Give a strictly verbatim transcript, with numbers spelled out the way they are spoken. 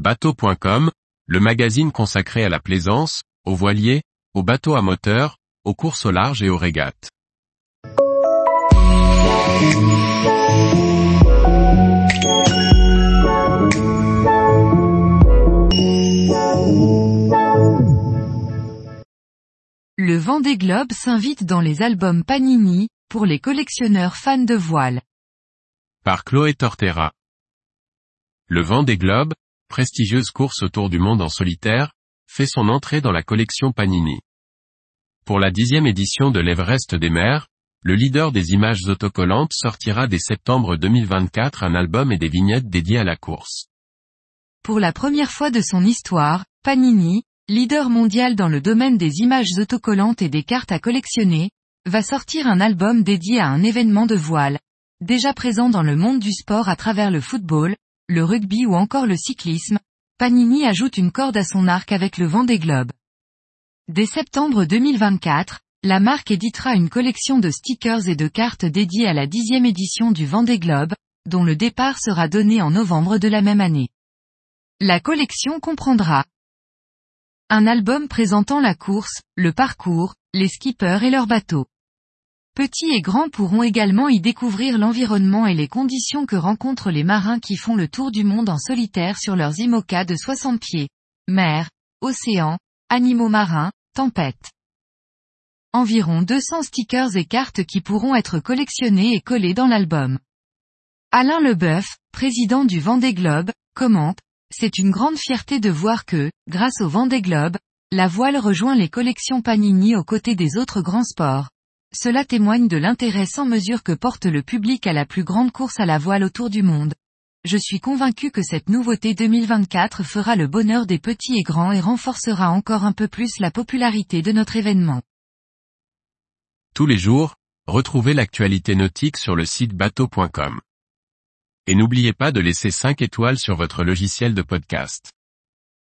bateau point com, le magazine consacré à la plaisance, aux voiliers, aux bateaux à moteur, aux courses au large et aux régates. Le Vendée Globe s'invite dans les albums Panini, pour les collectionneurs fans de voile. Par Chloé Tortera. Le Vendée Globe, prestigieuse course autour du monde en solitaire, fait son entrée dans la collection Panini. Pour la dixième édition de l'Everest des mers, le leader des images autocollantes sortira dès septembre deux mille vingt-quatre un album et des vignettes dédiées à la course. Pour la première fois de son histoire, Panini, leader mondial dans le domaine des images autocollantes et des cartes à collectionner, va sortir un album dédié à un événement de voile, déjà présent dans le monde du sport à travers le football, le rugby ou encore le cyclisme. Panini ajoute une corde à son arc avec le Vendée Globe. Dès septembre deux mille vingt-quatre, la marque éditera une collection de stickers et de cartes dédiées à la dixième édition du Vendée Globe, dont le départ sera donné en novembre de la même année. La collection comprendra un album présentant la course, le parcours, les skippers et leurs bateaux. Petits et grands pourront également y découvrir l'environnement et les conditions que rencontrent les marins qui font le tour du monde en solitaire sur leurs IMOCA de soixante pieds. Mer, océan, animaux marins, tempêtes. Environ deux cents stickers et cartes qui pourront être collectionnés et collés dans l'album. Alain Leboeuf, président du Vendée Globe, commente: c'est une grande fierté de voir que, grâce au Vendée Globe, la voile rejoint les collections Panini aux côtés des autres grands sports. Cela témoigne de l'intérêt sans mesure que porte le public à la plus grande course à la voile autour du monde. Je suis convaincu que cette nouveauté deux mille vingt-quatre fera le bonheur des petits et grands et renforcera encore un peu plus la popularité de notre événement. Tous les jours, retrouvez l'actualité nautique sur le site bateau point com. Et n'oubliez pas de laisser cinq étoiles sur votre logiciel de podcast.